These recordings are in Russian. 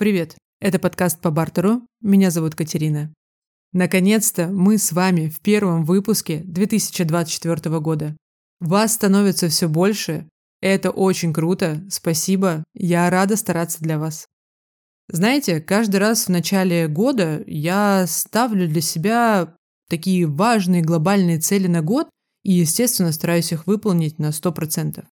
Привет, это подкаст по бартеру, меня зовут Катерина. Наконец-то мы с вами в первом выпуске 2024 года. Вас становится все больше, это очень круто, спасибо, я рада стараться для вас. Знаете, каждый раз в начале года я ставлю для себя такие важные глобальные цели на год и, естественно, стараюсь их выполнить на 100%.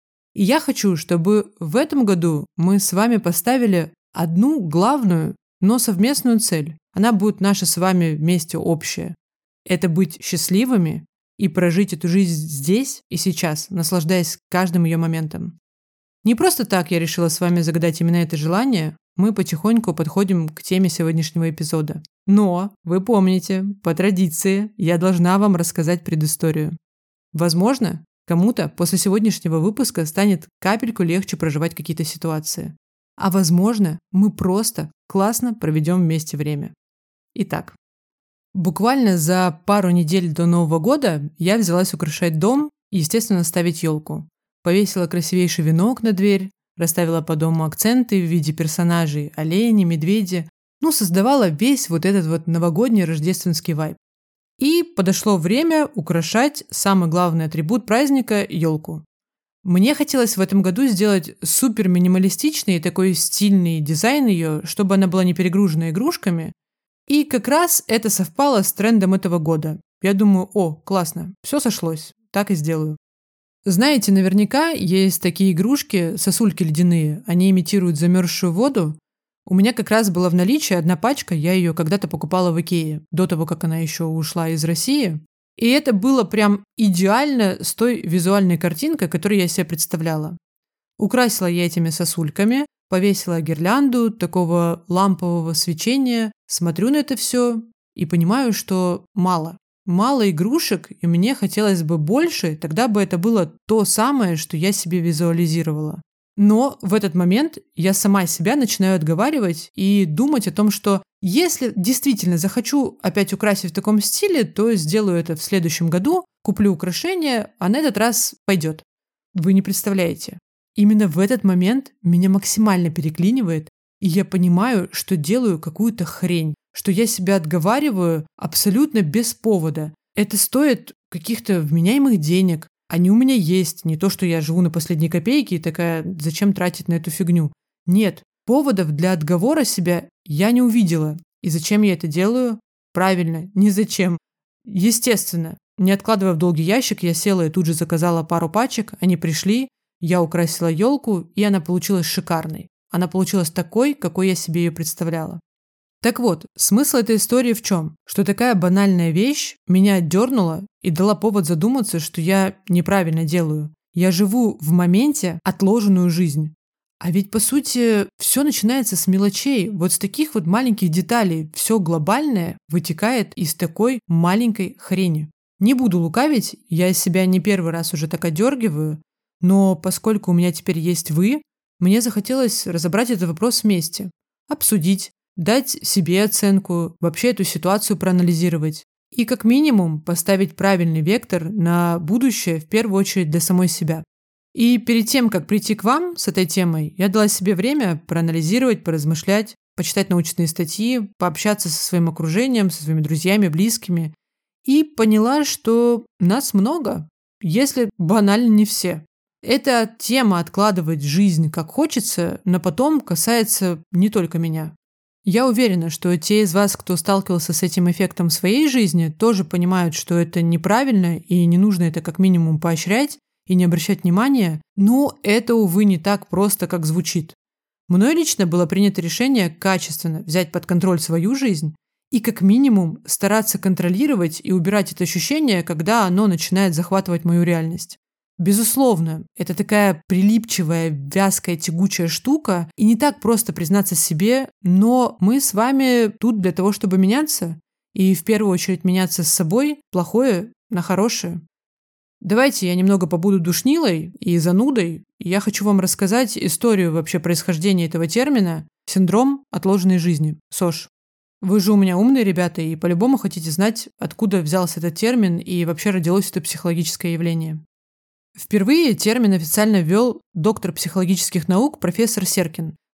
И я хочу, чтобы в этом году мы с вами поставили одну главную, но совместную цель. Она будет наша с вами вместе общая. Это быть счастливыми и прожить эту жизнь здесь и сейчас, наслаждаясь каждым ее моментом. Не просто так я решила с вами загадать именно это желание, мы потихоньку подходим к теме сегодняшнего эпизода. Но, вы помните, по традиции, я должна вам рассказать предысторию. Возможно, кому-то после сегодняшнего выпуска станет капельку легче проживать какие-то ситуации. А возможно, мы просто классно проведем вместе время. Итак, буквально за пару недель до Нового года я взялась украшать дом и, естественно, ставить елку. Повесила красивейший венок на дверь, расставила по дому акценты в виде персонажей, олени, медведи. Создавала весь вот этот новогодний рождественский вайб. И подошло время украшать самый главный атрибут праздника – елку. Мне хотелось в этом году сделать супер минималистичный и такой стильный дизайн ее, чтобы она была не перегружена игрушками. И как раз это совпало с трендом этого года. Я думаю, классно, все сошлось, так и сделаю. Знаете, наверняка есть такие игрушки, сосульки ледяные, они имитируют замерзшую воду. У меня как раз была в наличии одна пачка, я ее когда-то покупала в Икее, до того, как она еще ушла из России. И это было прям идеально с той визуальной картинкой, которую я себе представляла. Украсила я этими сосульками, повесила гирлянду такого лампового свечения, смотрю на это все и понимаю, что мало. Мало игрушек, и мне хотелось бы больше, тогда бы это было то самое, что я себе визуализировала. Но в этот момент я сама себя начинаю отговаривать и думать о том, что если действительно захочу опять украсить в таком стиле, то сделаю это в следующем году, куплю украшения, а на этот раз пойдет. Вы не представляете. Именно в этот момент меня максимально переклинивает, и я понимаю, что делаю какую-то хрень, что я себя отговариваю абсолютно без повода. Это стоит каких-то вменяемых денег. Они у меня есть, не то, что я живу на последней копейке и такая, зачем тратить на эту фигню. Нет, поводов для отговора себя я не увидела. И зачем я это делаю? Правильно, ни зачем. Естественно, не откладывая в долгий ящик, я села и тут же заказала пару пачек, они пришли, я украсила елку, и она получилась шикарной. Она получилась такой, какой я себе ее представляла. Так вот, смысл этой истории в чем? Что такая банальная вещь меня отдернула и дала повод задуматься, что я неправильно делаю. Я живу в моменте отложенную жизнь. А ведь, по сути, все начинается с мелочей. Вот с таких вот маленьких деталей. Все глобальное вытекает из такой маленькой хрени. Не буду лукавить, я себя не первый раз уже так отдергиваю, но поскольку у меня теперь есть вы, мне захотелось разобрать этот вопрос вместе, обсудить, дать себе оценку, вообще эту ситуацию проанализировать и как минимум поставить правильный вектор на будущее, в первую очередь для самой себя. И перед тем, как прийти к вам с этой темой, я дала себе время проанализировать, поразмышлять, почитать научные статьи, пообщаться со своим окружением, со своими друзьями, близкими и поняла, что нас много, если банально не все. Эта тема откладывать жизнь как хочется, но потом касается не только меня. Я уверена, что те из вас, кто сталкивался с этим эффектом в своей жизни, тоже понимают, что это неправильно и не нужно это как минимум поощрять и не обращать внимания, но это, увы, не так просто, как звучит. Мной лично было принято решение качественно взять под контроль свою жизнь и как минимум стараться контролировать и убирать это ощущение, когда оно начинает захватывать мою реальность. Безусловно, это такая прилипчивая, вязкая, тягучая штука, и не так просто признаться себе, но мы с вами тут для того, чтобы меняться, и в первую очередь меняться с собой, плохое на хорошее. Давайте я немного побуду душнилой и занудой, и я хочу вам рассказать историю вообще происхождения этого термина «синдром отложенной жизни», СОЖ. Вы же у меня умные ребята, и по-любому хотите знать, откуда взялся этот термин и вообще родилось это психологическое явление. Впервые термин официально ввел доктор психологических наук профессор Серкин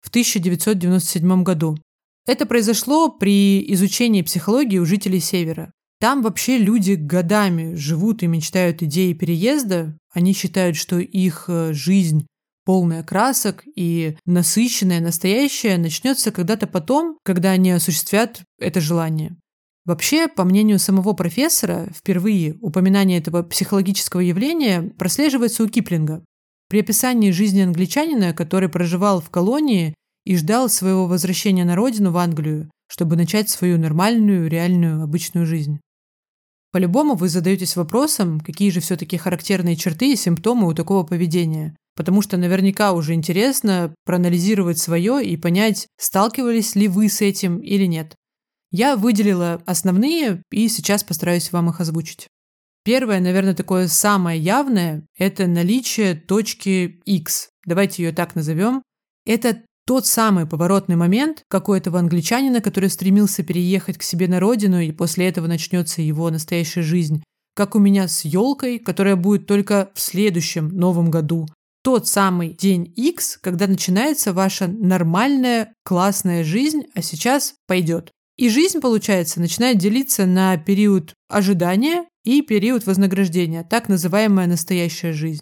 в 1997 году. Это произошло при изучении психологии у жителей Севера. Там вообще люди годами живут и мечтают идеей переезда. Они считают, что их жизнь полная красок и насыщенная, настоящая, начнется когда-то потом, когда они осуществят это желание. Вообще, по мнению самого профессора, впервые упоминание этого психологического явления прослеживается у Киплинга. При описании жизни англичанина, который проживал в колонии и ждал своего возвращения на родину, в Англию, чтобы начать свою нормальную, реальную, обычную жизнь. По-любому вы задаетесь вопросом, какие же все-таки характерные черты и симптомы у такого поведения. Потому что наверняка уже интересно проанализировать свое и понять, сталкивались ли вы с этим или нет. Я выделила основные и сейчас постараюсь вам их озвучить. Первое, наверное, такое самое явное – это наличие точки X. Давайте ее так назовем. Это тот самый поворотный момент, как у этого англичанина, который стремился переехать к себе на родину, и после этого начнется его настоящая жизнь. Как у меня с елкой, которая будет только в следующем Новом году. Тот самый день X, когда начинается ваша нормальная, классная жизнь, а сейчас пойдет. И жизнь, получается, начинает делиться на период ожидания и период вознаграждения, так называемая настоящая жизнь.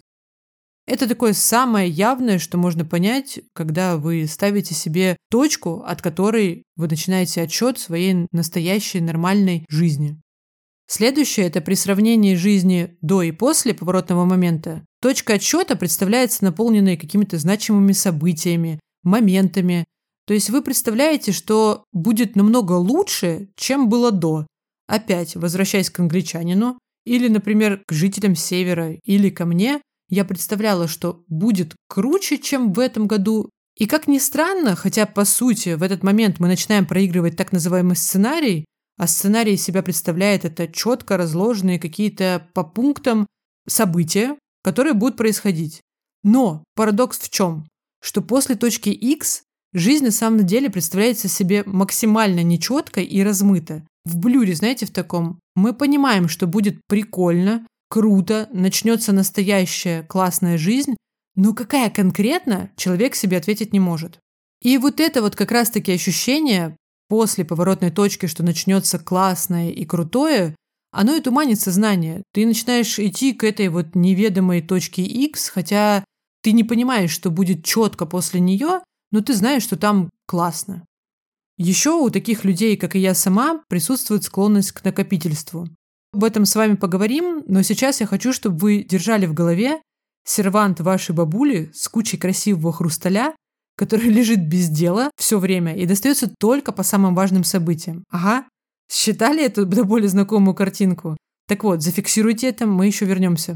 Это такое самое явное, что можно понять, когда вы ставите себе точку, от которой вы начинаете отсчет своей настоящей нормальной жизни. Следующее – это при сравнении жизни до и после поворотного момента. Точка отсчета представляется наполненной какими-то значимыми событиями, моментами. То есть вы представляете, что будет намного лучше, чем было до. Опять, возвращаясь к англичанину, или, например, к жителям Севера, или ко мне, я представляла, что будет круче, чем в этом году. И как ни странно, хотя по сути в этот момент мы начинаем проигрывать так называемый сценарий, а сценарий из себя представляет это четко разложенные какие-то по пунктам события, которые будут происходить. Но парадокс в чем? Что после точки X жизнь на самом деле представляется себе максимально нечеткой и размыто. В блюре, знаете, в таком, мы понимаем, что будет прикольно, круто, начнется настоящая классная жизнь, но какая конкретно, человек себе ответить не может. И вот это вот как раз-таки ощущение после поворотной точки, что начнется классное и крутое, оно и туманит сознание. Ты начинаешь идти к этой вот неведомой точке X, хотя ты не понимаешь, что будет четко после нее, но ты знаешь, что там классно. Еще у таких людей, как и я сама, присутствует склонность к накопительству. Об этом с вами поговорим, но сейчас я хочу, чтобы вы держали в голове сервант вашей бабули с кучей красивого хрусталя, который лежит без дела все время и достается только по самым важным событиям. Ага, считали эту до боли знакомую картинку? Так вот, зафиксируйте это, мы еще вернемся.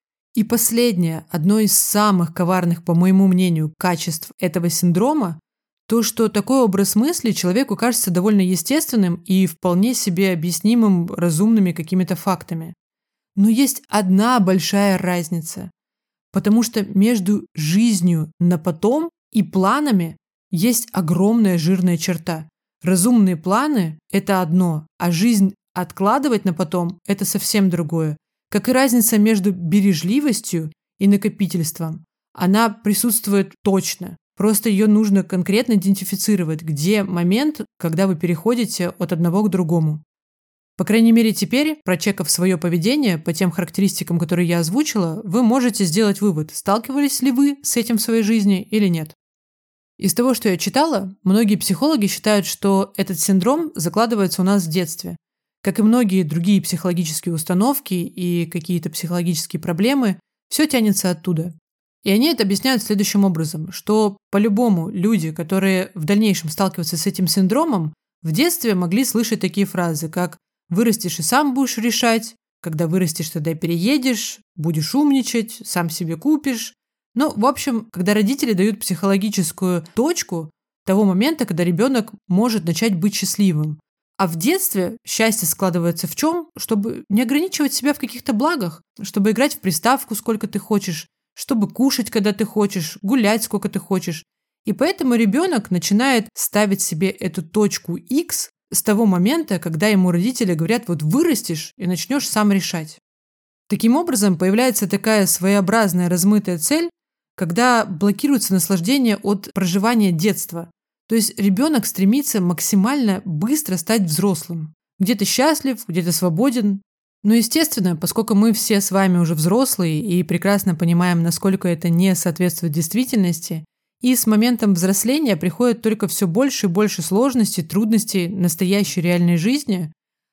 И последнее, одно из самых коварных, по моему мнению, качеств этого синдрома, то, что такой образ мысли человеку кажется довольно естественным и вполне себе объяснимым разумными какими-то фактами. Но есть одна большая разница, потому что между жизнью на потом и планами есть огромная жирная черта. Разумные планы – это одно, а жизнь откладывать на потом – это совсем другое. Как и разница между бережливостью и накопительством. Она присутствует точно. Просто ее нужно конкретно идентифицировать, где момент, когда вы переходите от одного к другому. По крайней мере, теперь, прочекав свое поведение по тем характеристикам, которые я озвучила, вы можете сделать вывод, сталкивались ли вы с этим в своей жизни или нет. Из того, что я читала, многие психологи считают, что этот синдром закладывается у нас в детстве. Как и многие другие психологические установки и какие-то психологические проблемы, все тянется оттуда. И они это объясняют следующим образом, что по-любому люди, которые в дальнейшем сталкиваются с этим синдромом, в детстве могли слышать такие фразы, как «вырастешь и сам будешь решать», «когда вырастешь, тогда переедешь», «будешь умничать», «сам себе купишь». Ну, в общем, когда родители дают психологическую точку того момента, когда ребенок может начать быть счастливым. А в детстве счастье складывается в чем? Чтобы не ограничивать себя в каких-то благах, чтобы играть в приставку сколько ты хочешь, чтобы кушать, когда ты хочешь, гулять, сколько ты хочешь. И поэтому ребенок начинает ставить себе эту точку X с того момента, когда ему родители говорят, вот вырастешь и начнешь сам решать. Таким образом, появляется такая своеобразная размытая цель, когда блокируется наслаждение от проживания детства. То есть ребенок стремится максимально быстро стать взрослым. Где-то счастлив, где-то свободен. Но, естественно, поскольку мы все с вами уже взрослые и прекрасно понимаем, насколько это не соответствует действительности, и с моментом взросления приходит только все больше и больше сложностей, трудностей настоящей реальной жизни,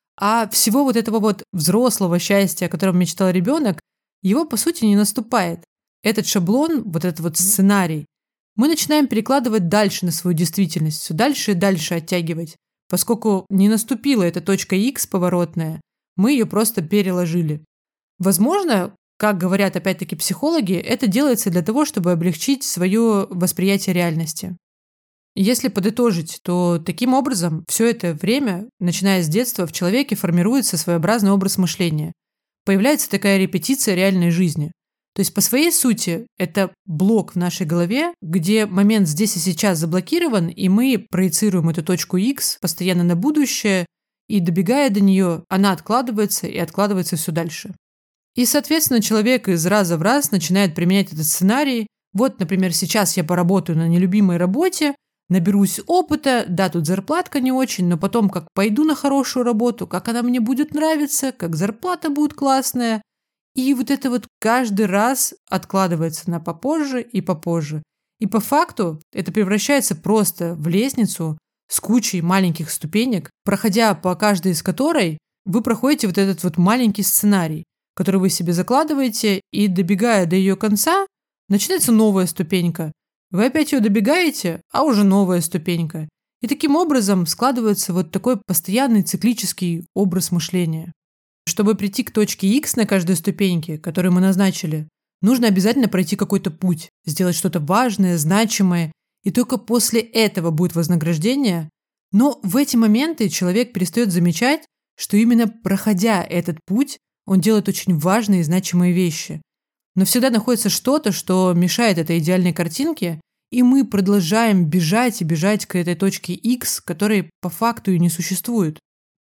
а всего вот этого вот взрослого счастья, о котором мечтал ребенок, его по сути не наступает. Этот шаблон, вот этот вот сценарий, мы начинаем перекладывать дальше на свою действительность, все дальше и дальше оттягивать. Поскольку не наступила эта точка X поворотная, мы ее просто переложили. Возможно, как говорят опять-таки психологи, это делается для того, чтобы облегчить свое восприятие реальности. Если подытожить, то таким образом все это время, начиная с детства, в человеке формируется своеобразный образ мышления. Появляется такая репетиция реальной жизни. То есть по своей сути это блок в нашей голове, где момент здесь и сейчас заблокирован, и мы проецируем эту точку X постоянно на будущее, и добегая до нее, она откладывается и откладывается все дальше. И, соответственно, человек из раза в раз начинает применять этот сценарий. Вот, например, сейчас я поработаю на нелюбимой работе, наберусь опыта, да, тут зарплатка не очень, но потом как пойду на хорошую работу, как она мне будет нравиться, как зарплата будет классная. И вот это вот каждый раз откладывается на попозже и попозже. И по факту это превращается просто в лестницу с кучей маленьких ступенек, проходя по каждой из которой вы проходите вот этот вот маленький сценарий, который вы себе закладываете, и добегая до ее конца, начинается новая ступенька. Вы опять ее добегаете, а уже новая ступенька. И таким образом складывается вот такой постоянный циклический образ мышления. Чтобы прийти к точке X на каждой ступеньке, которую мы назначили, нужно обязательно пройти какой-то путь, сделать что-то важное, значимое, и только после этого будет вознаграждение. Но в эти моменты человек перестает замечать, что именно проходя этот путь, он делает очень важные и значимые вещи. Но всегда находится что-то, что мешает этой идеальной картинке, и мы продолжаем бежать и бежать к этой точке X, которой по факту и не существует.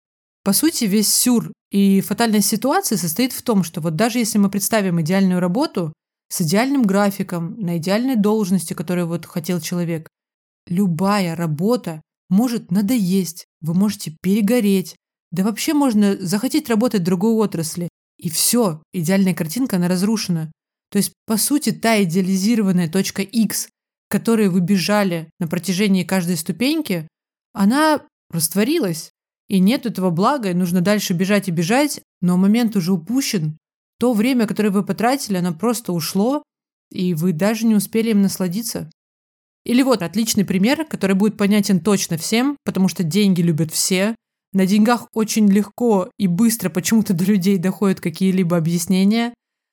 По сути, весь сюр и фатальность ситуации состоит в том, что вот даже если мы представим идеальную работу с идеальным графиком, на идеальной должности, которую вот хотел человек, любая работа может надоесть, вы можете перегореть, да вообще можно захотеть работать в другой отрасли, и все, идеальная картинка, она разрушена. То есть, по сути, та идеализированная точка X, к которой вы бежали на протяжении каждой ступеньки, она растворилась. И нет этого блага, и нужно дальше бежать и бежать, но момент уже упущен. То время, которое вы потратили, оно просто ушло, и вы даже не успели им насладиться. Или вот отличный пример, который будет понятен точно всем, потому что деньги любят все. На деньгах очень легко и быстро почему-то до людей доходят какие-либо объяснения.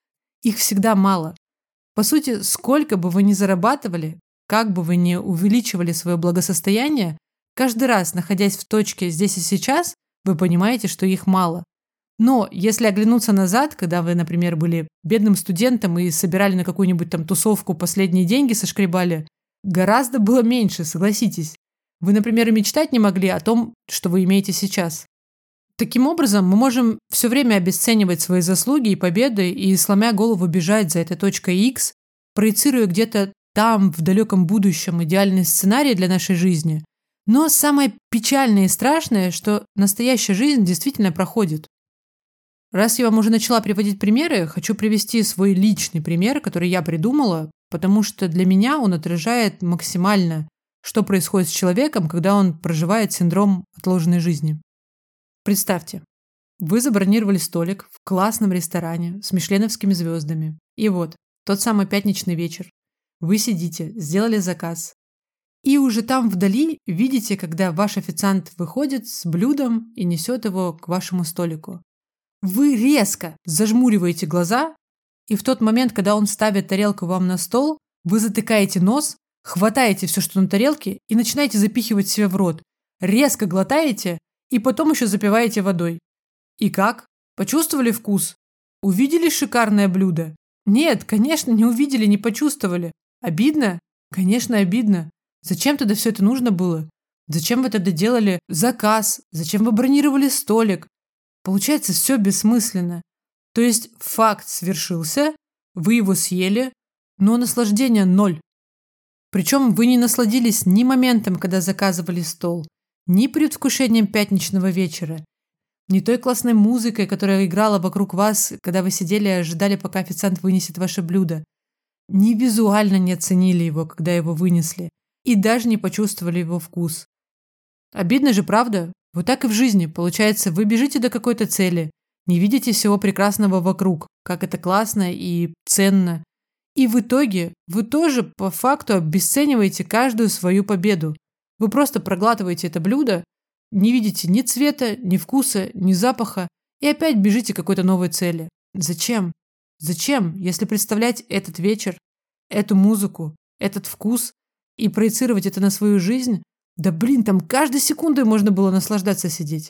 Их всегда мало. По сути, сколько бы вы ни зарабатывали, как бы вы ни увеличивали свое благосостояние, каждый раз, находясь в точке здесь и сейчас, вы понимаете, что их мало. Но если оглянуться назад, когда вы, например, были бедным студентом и собирали на какую-нибудь там тусовку последние деньги, сошкребали, гораздо было меньше, согласитесь. Вы, например, и мечтать не могли о том, что вы имеете сейчас. Таким образом, мы можем все время обесценивать свои заслуги и победы и, сломя голову, бежать за этой точкой X, проецируя где-то там, в далеком будущем, идеальный сценарий для нашей жизни. Но самое печальное и страшное, что настоящая жизнь действительно проходит. Раз я вам уже начала приводить примеры, хочу привести свой личный пример, который я придумала, потому что для меня он отражает максимально, что происходит с человеком, когда он проживает синдром отложенной жизни. Представьте, вы забронировали столик в классном ресторане с мишленовскими звездами. И вот, тот самый пятничный вечер. Вы сидите, сделали заказ. И уже там вдали видите, когда ваш официант выходит с блюдом и несет его к вашему столику. Вы резко зажмуриваете глаза, и в тот момент, когда он ставит тарелку вам на стол, вы затыкаете нос, хватаете все, что на тарелке, и начинаете запихивать себе в рот. Резко глотаете, и потом еще запиваете водой. И как? Почувствовали вкус? Увидели шикарное блюдо? Нет, конечно, не увидели, не почувствовали. Обидно? Конечно, обидно. Зачем тогда все это нужно было? Зачем вы тогда делали заказ? Зачем вы бронировали столик? Получается, все бессмысленно. То есть факт свершился, вы его съели, но наслаждения ноль. Причем вы не насладились ни моментом, когда заказывали стол, ни предвкушением пятничного вечера, ни той классной музыкой, которая играла вокруг вас, когда вы сидели и ожидали, пока официант вынесет ваше блюдо, ни визуально не оценили его, когда его вынесли, и даже не почувствовали его вкус. Обидно же, правда? Вот так и в жизни. Получается, вы бежите до какой-то цели, не видите всего прекрасного вокруг, как это классно и ценно. И в итоге вы тоже по факту обесцениваете каждую свою победу. Вы просто проглатываете это блюдо, не видите ни цвета, ни вкуса, ни запаха и опять бежите к какой-то новой цели. Зачем? Зачем, если представлять этот вечер, эту музыку, этот вкус и проецировать это на свою жизнь? Да блин, там каждой секундой можно было наслаждаться сидеть.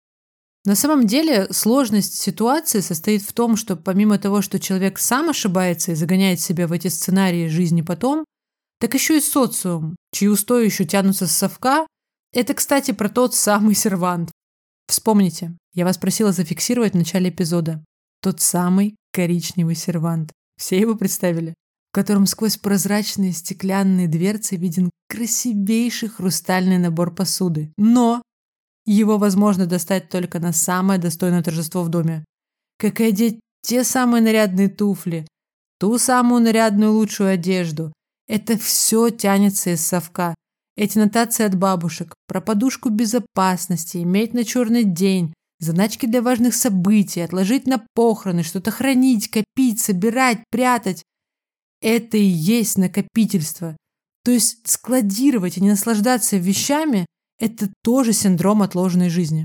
На самом деле сложность ситуации состоит в том, что помимо того, что человек сам ошибается и загоняет себя в эти сценарии жизни потом, так еще и социум, чьи устои еще тянутся с совка. Это, кстати, про тот самый сервант. Вспомните, я вас просила зафиксировать в начале эпизода. Тот самый коричневый сервант. Все его представили? В котором сквозь прозрачные стеклянные дверцы виден красивейший хрустальный набор посуды. Но его возможно достать только на самое достойное торжество в доме. Как и одеть те самые нарядные туфли, ту самую нарядную лучшую одежду. Это все тянется из совка. Эти нотации от бабушек про подушку безопасности, иметь на черный день, заначки для важных событий, отложить на похороны, что-то хранить, копить, собирать, прятать. Это и есть накопительство. То есть складировать и не наслаждаться вещами – это тоже синдром отложенной жизни.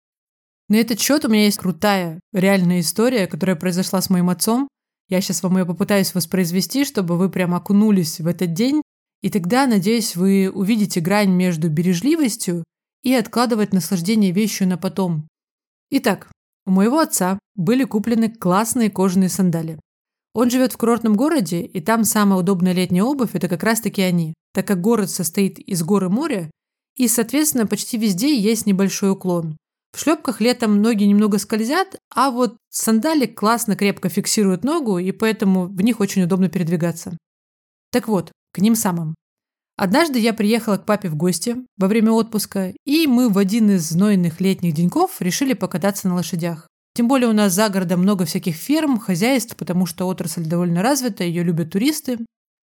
На этот счет у меня есть крутая, реальная история, которая произошла с моим отцом. Я сейчас вам ее попытаюсь воспроизвести, чтобы вы прям окунулись в этот день. И тогда, надеюсь, вы увидите грань между бережливостью и откладывать наслаждение вещью на потом. Итак, у моего отца были куплены классные кожаные сандали. Он живет в курортном городе, и там самая удобная летняя обувь – это как раз-таки они, так как город состоит из гор и моря, и, соответственно, почти везде есть небольшой уклон. В шлепках летом ноги немного скользят, а вот сандали классно крепко фиксируют ногу, и поэтому в них очень удобно передвигаться. Так вот, к ним самым. Однажды я приехала к папе в гости во время отпуска, и мы в один из знойных летних деньков решили покататься на лошадях. Тем более у нас за городом много всяких ферм, хозяйств, потому что отрасль довольно развита, ее любят туристы.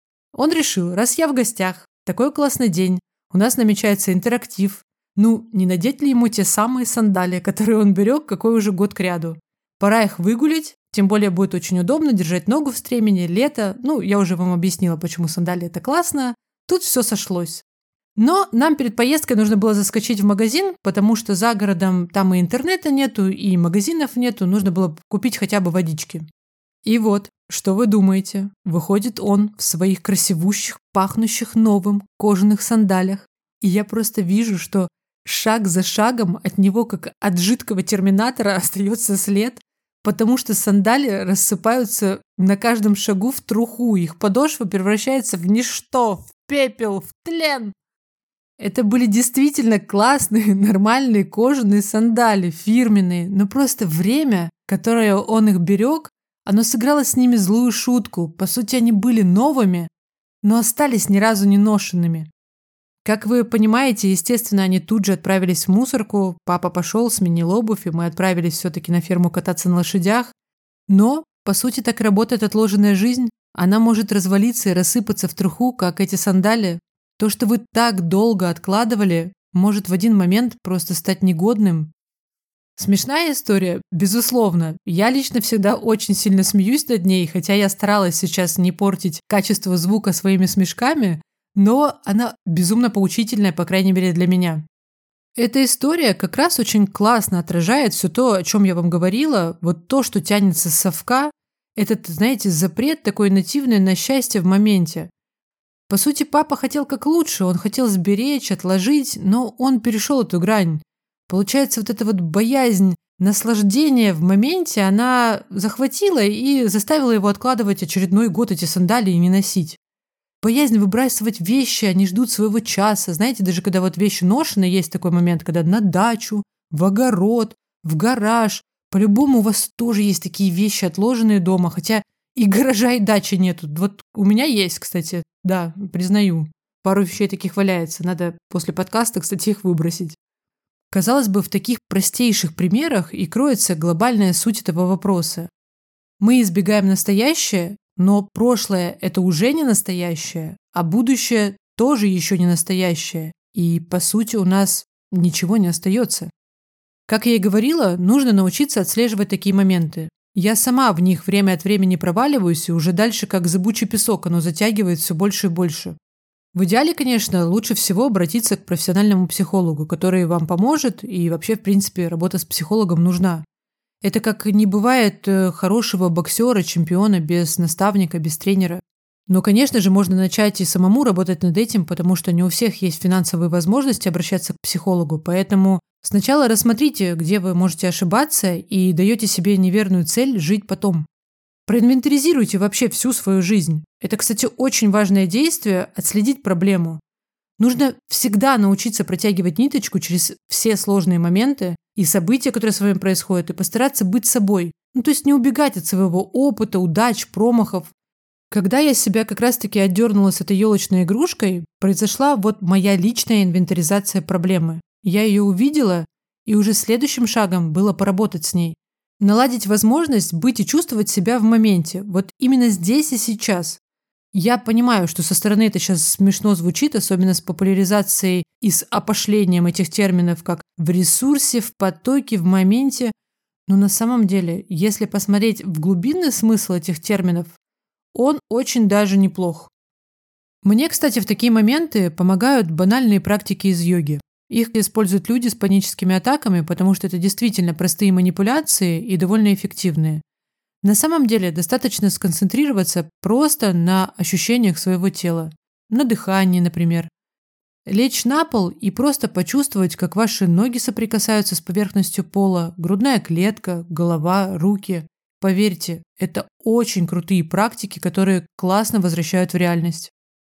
Он решил, раз я в гостях, такой классный день, у нас намечается интерактив, не надеть ли ему те самые сандали, которые он берег какой уже год кряду. Пора их выгулять, тем более будет очень удобно держать ногу в стремени, лето. Я уже вам объяснила, почему сандали это классно. Тут все сошлось. Но нам перед поездкой нужно было заскочить в магазин, потому что за городом там и интернета нету, и магазинов нету, нужно было купить хотя бы водички. И вот, что вы думаете? Выходит он в своих красивущих, пахнущих новым кожаных сандалях. И я просто вижу, что шаг за шагом от него, как от жидкого терминатора, остается след, потому что сандали рассыпаются на каждом шагу в труху, их подошва превращается в ничто, в пепел, в тлен. Это были действительно классные, нормальные кожаные сандали, фирменные, но просто время, которое он их берег, оно сыграло с ними злую шутку. По сути, они были новыми, но остались ни разу не ношенными. Как вы понимаете, естественно, они тут же отправились в мусорку, папа пошел, сменил обувь, и мы отправились все-таки на ферму кататься на лошадях. Но, по сути, так и работает отложенная жизнь. Она может развалиться и рассыпаться в труху, как эти сандали. То, что вы так долго откладывали, может в один момент просто стать негодным. Смешная история, безусловно. Я лично всегда очень сильно смеюсь над ней, хотя я старалась сейчас не портить качество звука своими смешками, но она безумно поучительная, по крайней мере для меня. Эта история как раз очень классно отражает все то, о чем я вам говорила, вот то, что тянется с совка, этот, знаете, запрет такой нативный на счастье в моменте. По сути, папа хотел как лучше, он хотел сберечь, отложить, но он перешел эту грань. Получается, вот эта вот боязнь наслаждения в моменте, она захватила и заставила его откладывать очередной год эти сандалии и не носить. Боязнь выбрасывать вещи, они ждут своего часа. Знаете, даже когда вот вещи ношены, есть такой момент, когда на дачу, в огород, в гараж. По-любому у вас тоже есть такие вещи, отложенные дома. Хотя И гаража, и дачи нету. Вот у меня есть, кстати, да, признаю. Пару вещей таких валяется. Надо после подкаста, кстати, их выбросить. Казалось бы, в таких простейших примерах и кроется глобальная суть этого вопроса. Мы избегаем настоящее, но прошлое – это уже не настоящее, а будущее тоже еще не настоящее. И, по сути, у нас ничего не остается. Как я и говорила, нужно научиться отслеживать такие моменты. Я сама в них время от времени проваливаюсь, и уже дальше, как зыбучий песок, оно затягивает все больше и больше. В идеале, конечно, лучше всего обратиться к профессиональному психологу, который вам поможет, и вообще, в принципе, работа с психологом нужна. Это как не бывает хорошего боксера, чемпиона без наставника, без тренера. Но, конечно же, можно начать и самому работать над этим, потому что не у всех есть финансовые возможности обращаться к психологу, поэтому сначала рассмотрите, где вы можете ошибаться, и даете себе неверную цель жить потом. Проинвентаризируйте вообще всю свою жизнь. Это, кстати, очень важное действие – отследить проблему. Нужно всегда научиться протягивать ниточку через все сложные моменты и события, которые с вами происходят, и постараться быть собой. То есть не убегать от своего опыта, удач, промахов. Когда я себя как раз-таки отдернула с этой елочной игрушкой, произошла вот моя личная инвентаризация проблемы. Я ее увидела, и уже следующим шагом было поработать с ней. Наладить возможность быть и чувствовать себя в моменте, вот именно здесь и сейчас. Я понимаю, что со стороны это сейчас смешно звучит, особенно с популяризацией и с опошлением этих терминов, как в ресурсе, в потоке, в моменте. Но на самом деле, если посмотреть в глубинный смысл этих терминов, он очень даже неплох. Мне, кстати, в такие моменты помогают банальные практики из йоги. Их используют люди с паническими атаками, потому что это действительно простые манипуляции и довольно эффективные. На самом деле достаточно сконцентрироваться просто на ощущениях своего тела, на дыхании, например. Лечь на пол и просто почувствовать, как ваши ноги соприкасаются с поверхностью пола, грудная клетка, голова, руки. Поверьте, это очень крутые практики, которые классно возвращают в реальность.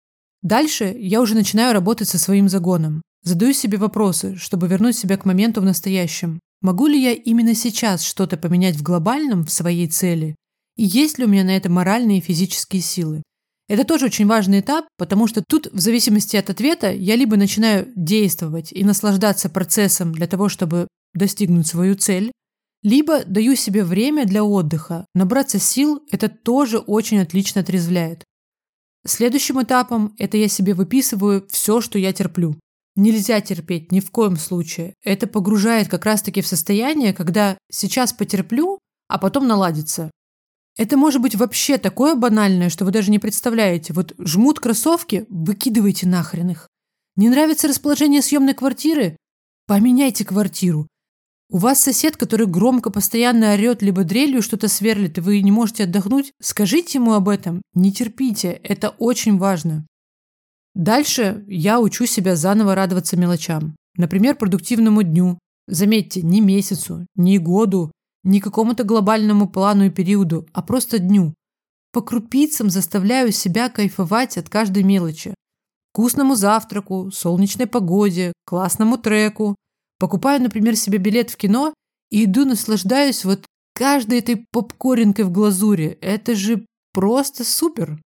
Дальше я уже начинаю работать со своим загоном. Задаю себе вопросы, чтобы вернуть себя к моменту в настоящем. Могу ли я именно сейчас что-то поменять в глобальном, в своей цели? И есть ли у меня на это моральные и физические силы? Это тоже очень важный этап, потому что тут, в зависимости от ответа, я либо начинаю действовать и наслаждаться процессом для того, чтобы достигнуть свою цель, либо даю себе время для отдыха. Набраться сил – это тоже очень отлично отрезвляет. Следующим этапом – это я себе выписываю все, что я терплю. Нельзя терпеть ни в коем случае. Это погружает как раз-таки в состояние, когда сейчас потерплю, а потом наладится. Это может быть вообще такое банальное, что вы даже не представляете. Вот жмут кроссовки, выкидывайте нахрен их. Не нравится расположение съемной квартиры? Поменяйте квартиру. У вас сосед, который громко постоянно орет, либо дрелью что-то сверлит, и вы не можете отдохнуть? Скажите ему об этом. Не терпите. Это очень важно. Дальше я учу себя заново радоваться мелочам. Например, продуктивному дню. Заметьте, не месяцу, не году, не какому-то глобальному плану и периоду, а просто дню. По крупицам заставляю себя кайфовать от каждой мелочи. Вкусному завтраку, солнечной погоде, классному треку. Покупаю, например, себе билет в кино и иду наслаждаюсь вот каждой этой попкоринкой в глазури. Это же просто супер!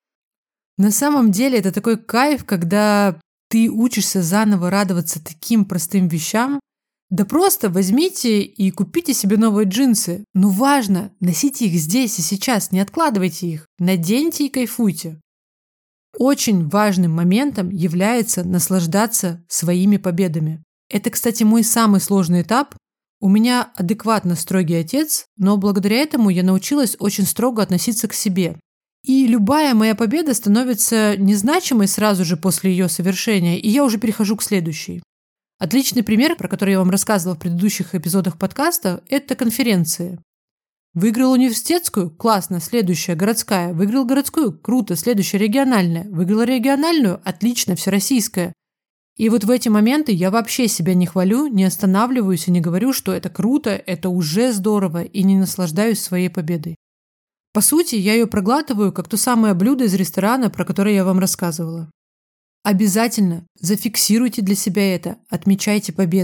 На самом деле это такой кайф, когда ты учишься заново радоваться таким простым вещам. Да просто возьмите и купите себе новые джинсы. Но важно, носите их здесь и сейчас, не откладывайте их. Наденьте и кайфуйте. Очень важным моментом является наслаждаться своими победами. Это, кстати, мой самый сложный этап. У меня адекватно строгий отец, но благодаря этому я научилась очень строго относиться к себе. И любая моя победа становится незначимой сразу же после ее совершения, и я уже перехожу к следующей. Отличный пример, про который я вам рассказывала в предыдущих эпизодах подкаста, это конференции. Выиграл университетскую? Классно. Следующая городская. Выиграл городскую? Круто. Следующая региональная. Выиграла региональную? Отлично. Всероссийская. И вот в эти моменты я вообще себя не хвалю, не останавливаюсь и не говорю, что это круто, это уже здорово, и не наслаждаюсь своей победой. По сути, я ее проглатываю, как то самое блюдо из ресторана, про которое я вам рассказывала. Обязательно зафиксируйте для себя это, отмечайте победы.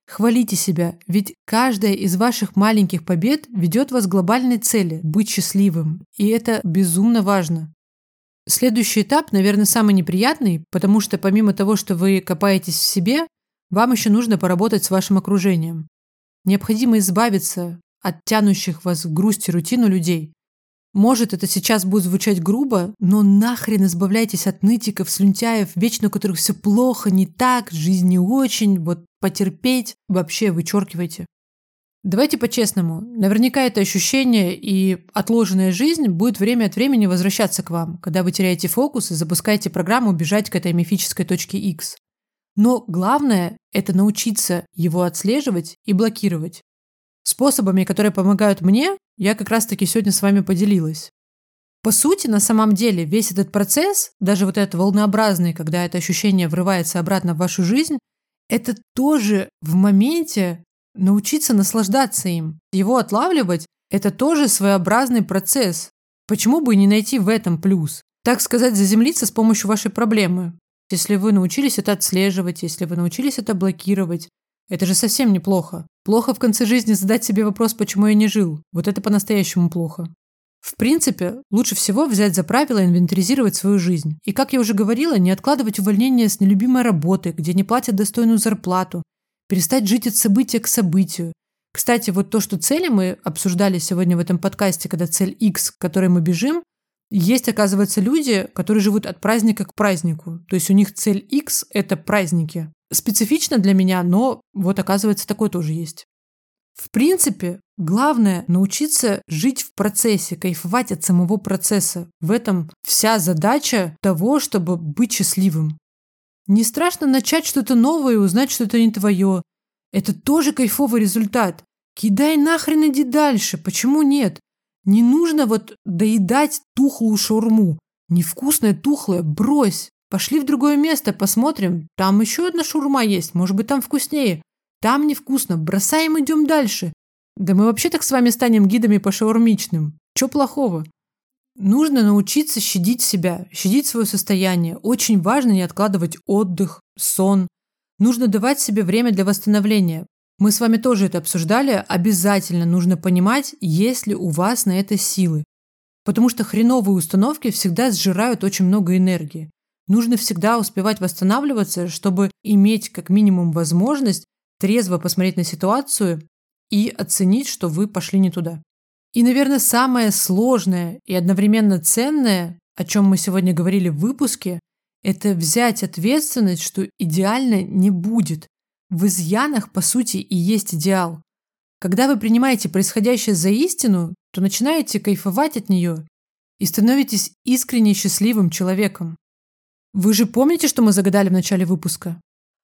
Хвалите себя, ведь каждая из ваших маленьких побед ведет вас к глобальной цели – быть счастливым. И это безумно важно. Следующий этап, наверное, самый неприятный, потому что помимо того, что вы копаетесь в себе, вам еще нужно поработать с вашим окружением. Необходимо избавиться от тянущих вас в грусть и рутину людей. Может, это сейчас будет звучать грубо, но нахрен избавляйтесь от нытиков, слюнтяев, вечно у которых все плохо, не так, жизнь не очень, вот потерпеть вообще вычеркивайте. Давайте по-честному. Наверняка это ощущение и отложенная жизнь будет время от времени возвращаться к вам, когда вы теряете фокус и запускаете программу бежать к этой мифической точке X. Но главное – это научиться его отслеживать и блокировать. Способами, которые помогают мне, я как раз-таки сегодня с вами поделилась. По сути, на самом деле, весь этот процесс, даже вот этот волнообразный, когда это ощущение врывается обратно в вашу жизнь, это тоже в моменте научиться наслаждаться им. Его отлавливать – это тоже своеобразный процесс. Почему бы и не найти в этом плюс? Так сказать, заземлиться с помощью вашей проблемы. Если вы научились это отслеживать, если вы научились это блокировать, это же совсем неплохо. Плохо в конце жизни задать себе вопрос, почему я не жил. Вот это по-настоящему плохо. В принципе, лучше всего взять за правило инвентаризировать свою жизнь. И, как я уже говорила, не откладывать увольнение с нелюбимой работы, где не платят достойную зарплату, перестать жить от события к событию. Кстати, вот то, что цели мы обсуждали сегодня в этом подкасте, когда цель X, к которой мы бежим, есть, оказывается, люди, которые живут от праздника к празднику. То есть у них цель X – это праздники. Специфично для меня, но вот, оказывается, такое тоже есть. В принципе, главное – научиться жить в процессе, кайфовать от самого процесса. В этом вся задача того, чтобы быть счастливым. Не страшно начать что-то новое и узнать, что это не твое. Это тоже кайфовый результат. Кидай нахрен, иди дальше. Почему нет? Не нужно вот доедать тухлую шаурму. Невкусная, тухлая, брось. Пошли в другое место, посмотрим. Там еще одна шаурма есть, может быть, там вкуснее. Там невкусно, бросаем, идем дальше. Да мы вообще так с вами станем гидами по шаурмичным. Че плохого? Нужно научиться щадить себя, щадить свое состояние. Очень важно не откладывать отдых, сон. Нужно давать себе время для восстановления. Мы с вами тоже это обсуждали. Обязательно нужно понимать, есть ли у вас на это силы. Потому что хреновые установки всегда сжирают очень много энергии. Нужно всегда успевать восстанавливаться, чтобы иметь как минимум возможность трезво посмотреть на ситуацию и оценить, что вы пошли не туда. И, наверное, самое сложное и одновременно ценное, о чем мы сегодня говорили в выпуске, это взять ответственность, что идеально не будет. В изъянах, по сути, и есть идеал. Когда вы принимаете происходящее за истину, то начинаете кайфовать от нее и становитесь искренне счастливым человеком. Вы же помните, что мы загадали в начале выпуска?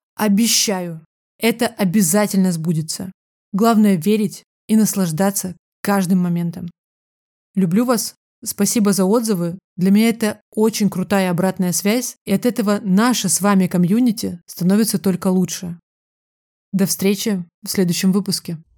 Обещаю, это обязательно сбудется. Главное верить и наслаждаться каждым моментом. Люблю вас. Спасибо за отзывы. Для меня это очень крутая обратная связь, и от этого наше с вами комьюнити становится только лучше. До встречи в следующем выпуске.